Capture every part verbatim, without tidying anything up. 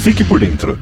Fique por dentro.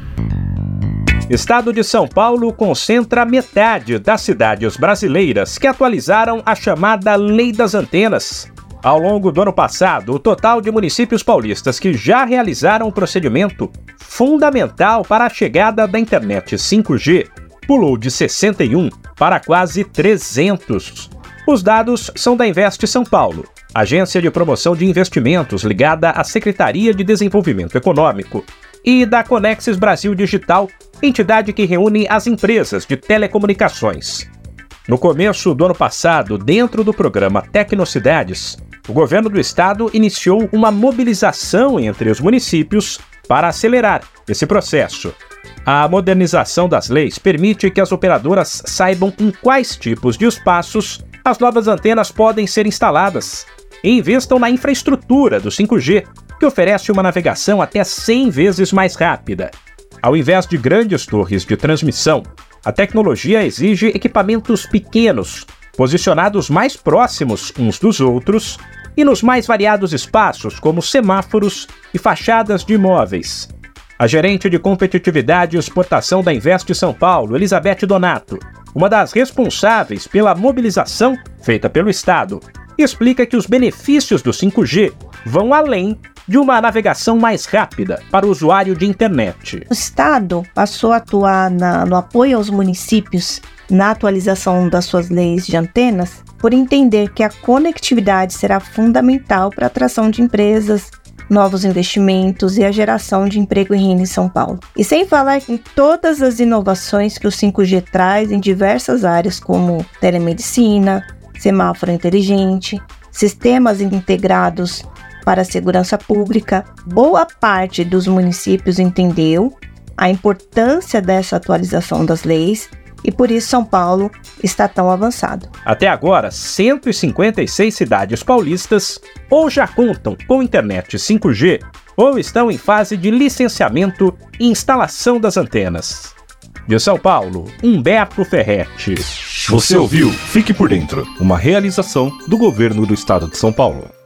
Estado de São Paulo concentra metade das cidades brasileiras que atualizaram a chamada Lei das Antenas. Ao longo do ano passado, o total de municípios paulistas que já realizaram o procedimento fundamental para a chegada da internet cinco G pulou de sessenta e um para quase trezentos. Os dados são da Invest São Paulo, agência de promoção de investimentos ligada à Secretaria de Desenvolvimento Econômico, e da Conexis Brasil Digital, entidade que reúne as empresas de telecomunicações. No começo do ano passado, dentro do programa Tecnocidades, o governo do estado iniciou uma mobilização entre os municípios para acelerar esse processo. A modernização das leis permite que as operadoras saibam em quais tipos de espaços as novas antenas podem ser instaladas e investam na infraestrutura do cinco G, que oferece uma navegação até cem vezes mais rápida. Ao invés de grandes torres de transmissão, a tecnologia exige equipamentos pequenos, posicionados mais próximos uns dos outros e nos mais variados espaços, como semáforos e fachadas de imóveis. A gerente de competitividade e exportação da Invest São Paulo, Elizabeth Donato, uma das responsáveis pela mobilização feita pelo Estado, explica que os benefícios do cinco G vão além de uma navegação mais rápida para o usuário de internet. O Estado passou a atuar na, no apoio aos municípios na atualização das suas leis de antenas, por entender que a conectividade será fundamental para a atração de empresas, novos investimentos e a geração de emprego e renda em São Paulo. E sem falar em todas as inovações que o cinco G traz em diversas áreas, como telemedicina, semáforo inteligente, sistemas integrados para a segurança pública. Boa parte dos municípios entendeu a importância dessa atualização das leis e por isso São Paulo está tão avançado. Até agora, cento e cinquenta e seis cidades paulistas ou já contam com internet cinco G ou estão em fase de licenciamento e instalação das antenas. De São Paulo, Humberto Ferretti. Você ouviu Fique por Dentro, uma realização do governo do estado de São Paulo.